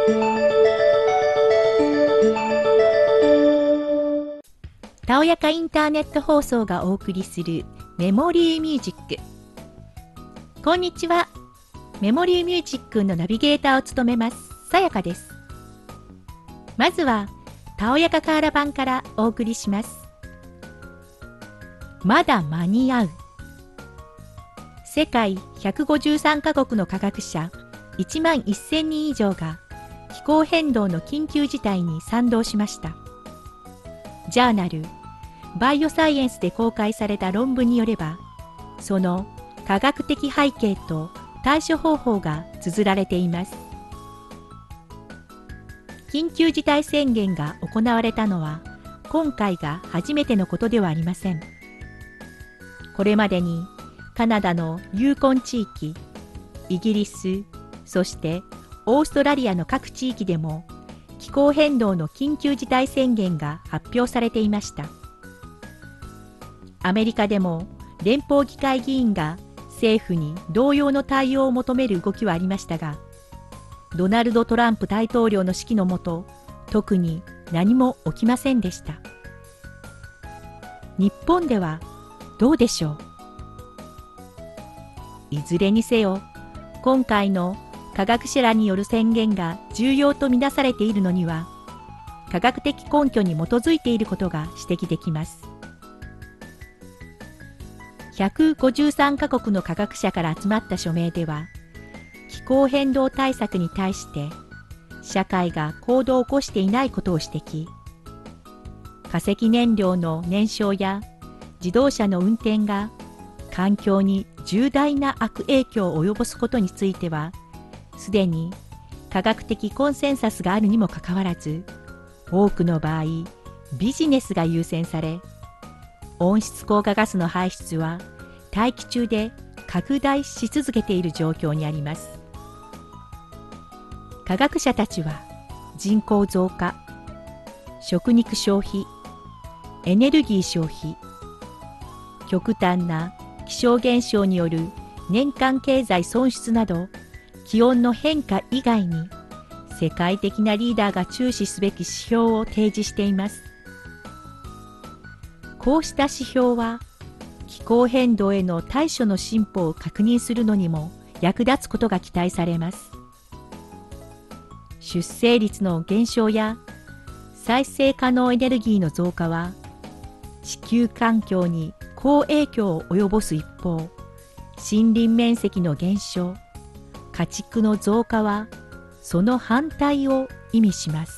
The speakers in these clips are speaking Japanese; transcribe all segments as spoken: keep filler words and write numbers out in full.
たおやかインターネット放送がお送りするメモリーミュージック。こんにちは。メモリーミュージックのナビゲーターを務めますさやかです。まずはたおやかカーラ版からお送りします。まだ間に合う。世界ひゃくごじゅうさんカ国の科学者いちまんせんにん以上が気候変動の緊急事態に賛同しました。ジャーナルバイオサイエンスで公開された論文によれば、その科学的背景と対処方法が綴られています。緊急事態宣言が行われたのは今回が初めてのことではありません。これまでにカナダのユーコン地域、イギリス、そしてオーストラリアの各地域でも気候変動の緊急事態宣言が発表されていました。アメリカでも連邦議会議員が政府に同様の対応を求める動きはありましたが、ドナルド・トランプ大統領の指揮のもと、特に何も起きませんでした。日本ではどうでしょう。いずれにせよ、今回の科学者らによる宣言が重要とみなされているのには、科学的根拠に基づいていることが指摘できます。ひゃくごじゅうさんカ国の科学者から集まった署名では、気候変動対策に対して社会が行動を起こしていないことを指摘。化石燃料の燃焼や自動車の運転が環境に重大な悪影響を及ぼすことについては、すでに科学的コンセンサスがあるにもかかわらず、多くの場合ビジネスが優先され、温室効果ガスの排出は大気中で拡大し続けている状況にあります。科学者たちは人口増加、食肉消費、エネルギー消費、極端な気象現象による年間経済損失など、気温の変化以外に世界的なリーダーが注視すべき指標を提示しています。こうした指標は気候変動への対処の進歩を確認するのにも役立つことが期待されます。出生率の減少や再生可能エネルギーの増加は地球環境に好影響を及ぼす一方、森林面積の減少、家畜の増加はその反対を意味します。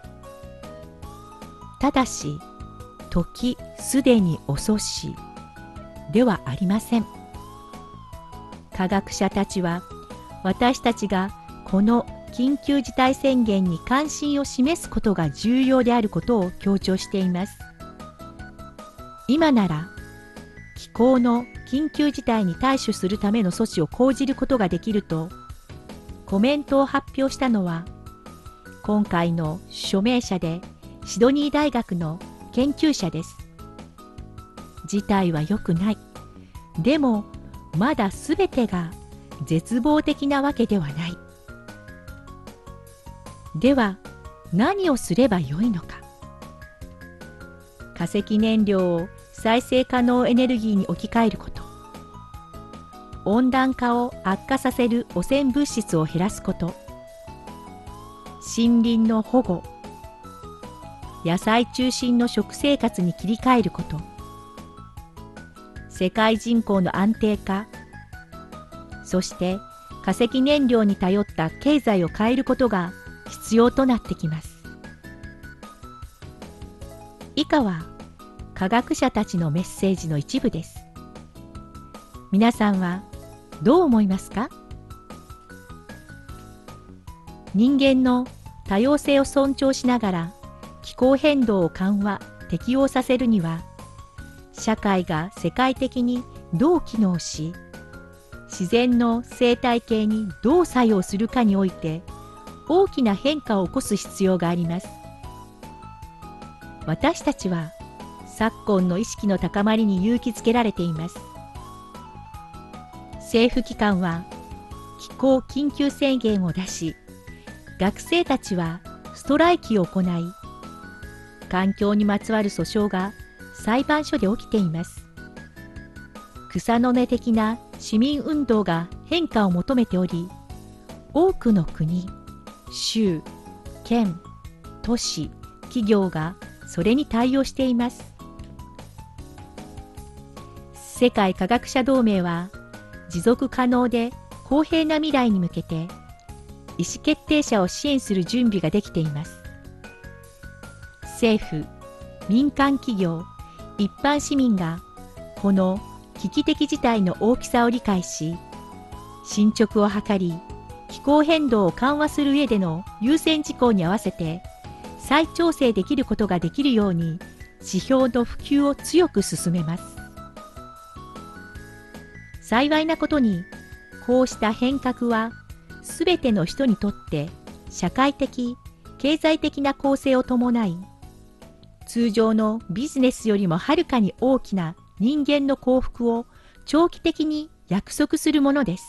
ただし、時すでに遅しではありません。科学者たちは私たちがこの緊急事態宣言に関心を示すことが重要であることを強調しています。今なら気候の緊急事態に対処するための措置を講じることができるとコメントを発表したのは、今回の署名者でシドニー大学の研究者です。事態は良くない。でもまだすべてが絶望的なわけではない。では何をすればよいのか。化石燃料を再生可能エネルギーに置き換えること、温暖化を悪化させる汚染物質を減らすこと、森林の保護、野菜中心の食生活に切り替えること、世界人口の安定化、そして化石燃料に頼った経済を変えることが必要となってきます。以下は科学者たちのメッセージの一部です。皆さんはどう思いますか？人間の多様性を尊重しながら気候変動を緩和・適応させるには、社会が世界的にどう機能し、自然の生態系にどう作用するかにおいて大きな変化を起こす必要があります。私たちは昨今の意識の高まりに勇気づけられています。政府機関は気候緊急宣言を出し、 学生たちはストライキを行い、環境にまつわる訴訟が裁判所で起きています。草の根的な市民運動が変化を求めており、多くの国、州、県、都市、企業がそれに対応しています。世界科学者同盟は、持続可能で公平な未来に向けて、意思決定者を支援する準備ができています。政府、民間企業、一般市民がこの危機的事態の大きさを理解し、進捗を図り、気候変動を緩和する上での優先事項に合わせて再調整できることができるように、指標の普及を強く進めます。幸いなことに、こうした変革はすべての人にとって社会的、経済的な公正を伴い、通常のビジネスよりもはるかに大きな人間の幸福を長期的に約束するものです。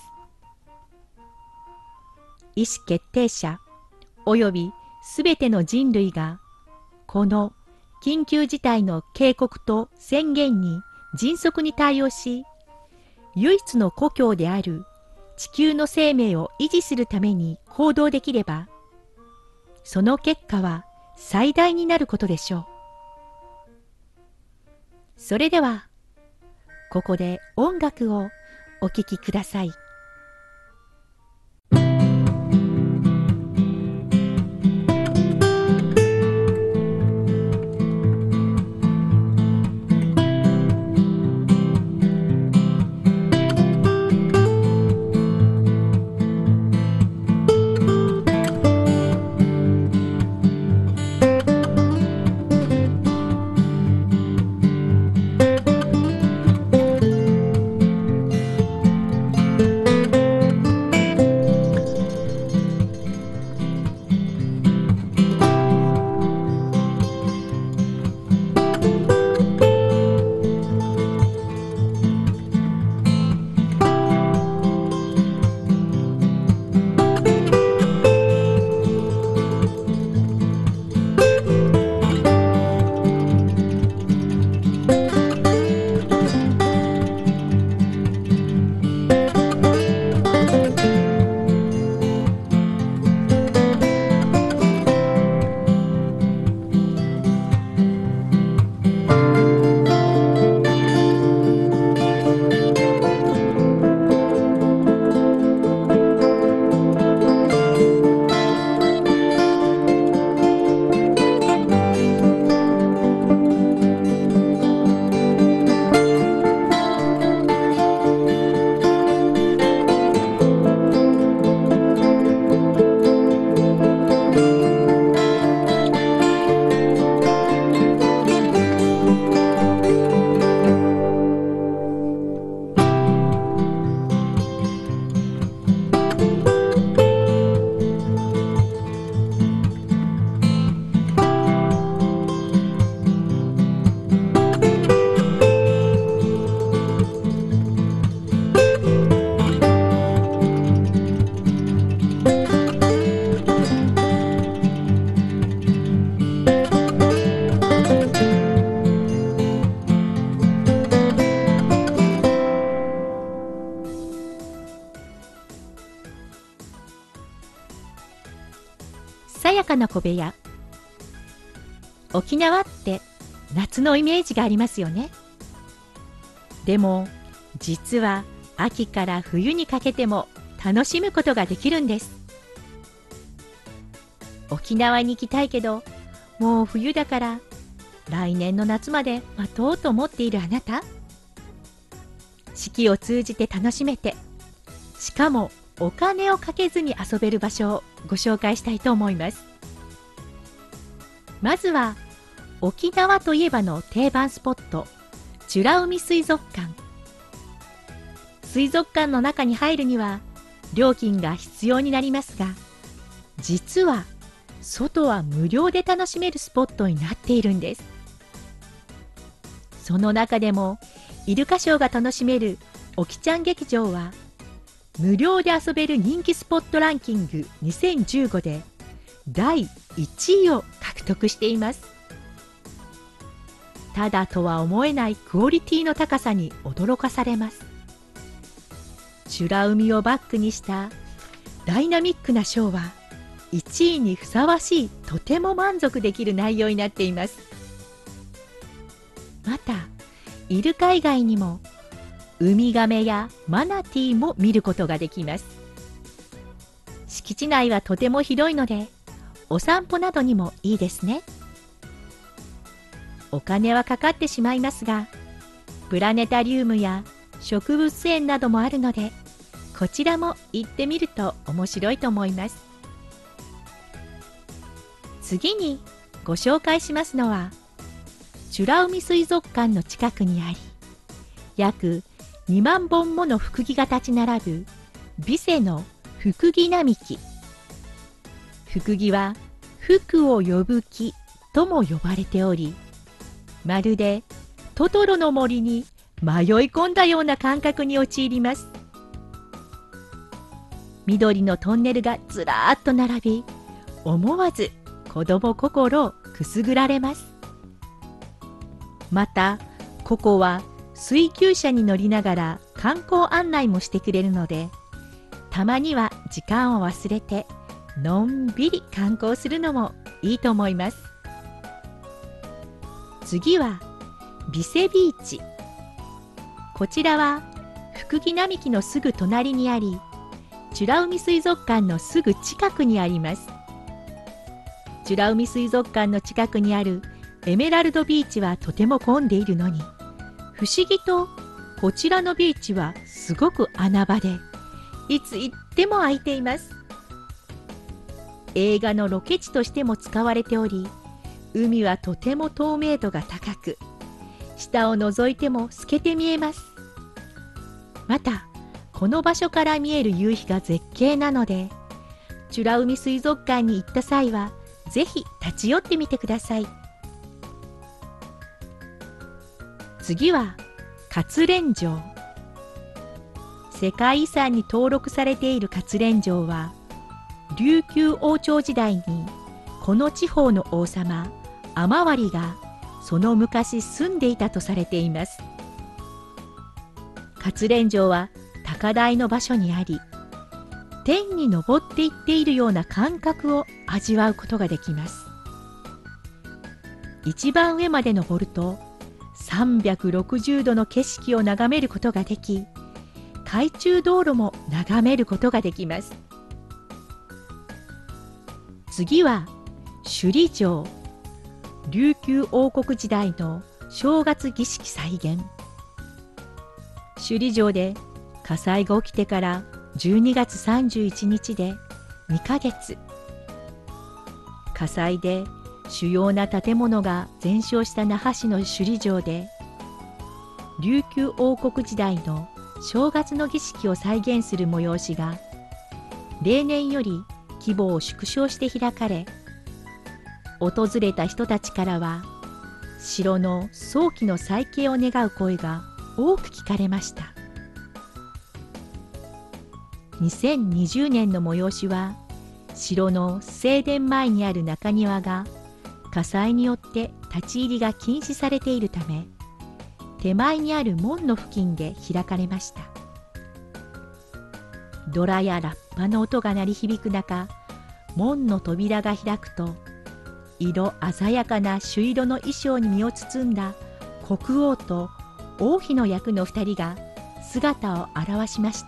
意思決定者およびすべての人類がこの緊急事態の警告と宣言に迅速に対応し、唯一の故郷である地球の生命を維持するために行動できれば、その結果は最大になることでしょう。それでは、ここで音楽をお聴きください。さやかな小部屋。沖縄って夏のイメージがありますよね。でも実は秋から冬にかけても楽しむことができるんです。沖縄に行きたいけどもう冬だから来年の夏まで待とうと思っているあなた、四季を通じて楽しめて、しかもお金をかけずに遊べる場所をご紹介したいと思います。まずは沖縄といえばの定番スポット、美ら海水族館。水族館の中に入るには料金が必要になりますが、実は外は無料で楽しめるスポットになっているんです。その中でもイルカショーが楽しめる沖ちゃん劇場は無料で遊べる人気スポットランキングにせんじゅうごでだいいちいを獲得しています。ただとは思えないクオリティの高さに驚かされます。美ら海をバックにしたダイナミックなショーはいちいにふさわしい、とても満足できる内容になっています。またイルカ以外にもウミガメやマナティーも見ることができます。敷地内はとても広いのでお散歩などにもいいですね。お金はかかってしまいますが、プラネタリウムや植物園などもあるので、こちらも行ってみると面白いと思います。次にご紹介しますのは、美ら海水族館の近くにあり、約にまんぼんものフクギが立ち並ぶビセのフクギ並木。フクギは福を呼ぶ木とも呼ばれており、まるでトトロの森に迷い込んだような感覚に陥ります。緑のトンネルがずらーっと並び、思わず子供心をくすぐられます。またここは水球車に乗りながら観光案内もしてくれるので、たまには時間を忘れてのんびり観光するのもいいと思います。次はビセビーチ。こちらはフクギ並木のすぐ隣にあり、美ら海水族館のすぐ近くにあります。美ら海水族館の近くにあるエメラルドビーチはとても混んでいるのに、不思議とこちらのビーチはすごく穴場で、いつ行っても空いています。映画のロケ地としても使われており、海はとても透明度が高く、下を覗いても透けて見えます。またこの場所から見える夕日が絶景なので、美ら海水族館に行った際はぜひ立ち寄ってみてください。次は活連城。世界遺産に登録されている活連城は、琉球王朝時代にこの地方の王様雨割がその昔住んでいたとされています。活連城は高台の場所にあり、天に昇っていっているような感覚を味わうことができます。一番上まで登るとさんびゃくろくじゅうどの景色を眺めることができ、海中道路も眺めることができます。次は首里城。琉球王国時代の正月儀式再現。首里城で火災が起きてからじゅうにがつさんじゅういちにちでにかげつ。火災で主要な建物が全焼した那覇市の首里城で、琉球王国時代の正月の儀式を再現する催しが例年より規模を縮小して開かれ、訪れた人たちからは城の早期の再建を願う声が多く聞かれました。にせんにじゅうねんの催しは、城の正殿前にある中庭が火災によって立ち入りが禁止されているため、手前にある門の付近で開かれました。ドラやラッパの音が鳴り響く中、門の扉が開くと、色鮮やかな朱色の衣装に身を包んだ国王と王妃の役のふたりが姿を現しました。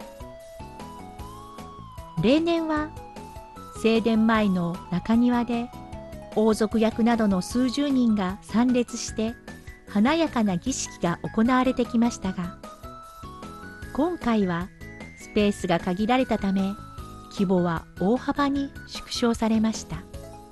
例年は正殿前の中庭で王族役などの数十人が参列して華やかな儀式が行われてきましたが、今回はスペースが限られたため規模は大幅に縮小されました。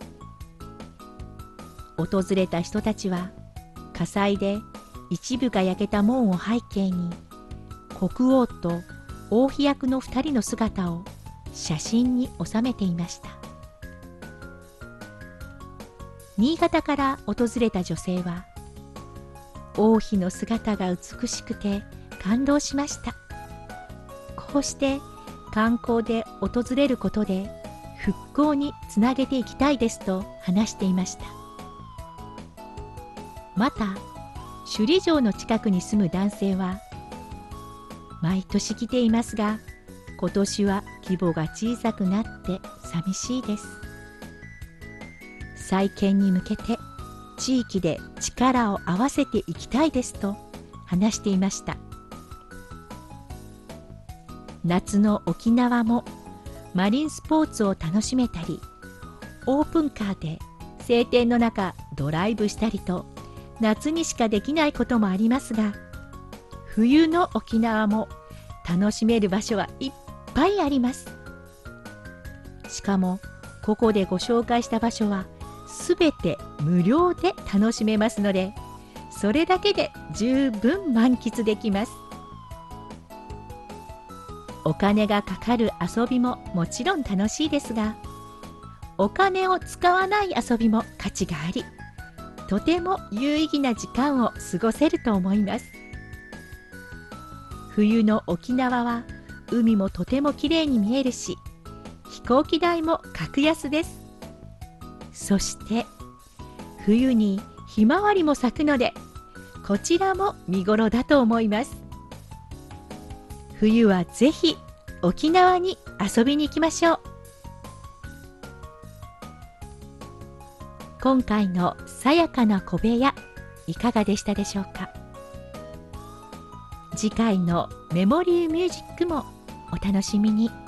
訪れた人たちは火災で一部が焼けた門を背景に、国王と王妃役のふたりの姿を写真に収めていました。新潟から訪れた女性は、王妃の姿が美しくて感動しました。こうして観光で訪れることで復興につなげていきたいですと話していました。また首里城の近くに住む男性は、毎年来ていますが、今年は規模が小さくなって寂しいです。再建に向けて地域で力を合わせていきたいですと話していました。夏の沖縄もマリンスポーツを楽しめたり、オープンカーで晴天の中ドライブしたりと、夏にしかできないこともありますが、冬の沖縄も楽しめる場所はいっぱいあります。しかもここでご紹介した場所はすべて無料で楽しめますので、それだけで十分満喫できます。お金がかかる遊びももちろん楽しいですが、お金を使わない遊びも価値があり、とても有意義な時間を過ごせると思います。冬の沖縄は海もとてもきれいに見えるし、飛行機代も格安です。そして冬にひまわりも咲くので、こちらも見頃だと思います。冬はぜひ沖縄に遊びに行きましょう。今回のさやかな小部屋、いかがでしたでしょうか。次回のメモリーミュージックもお楽しみに。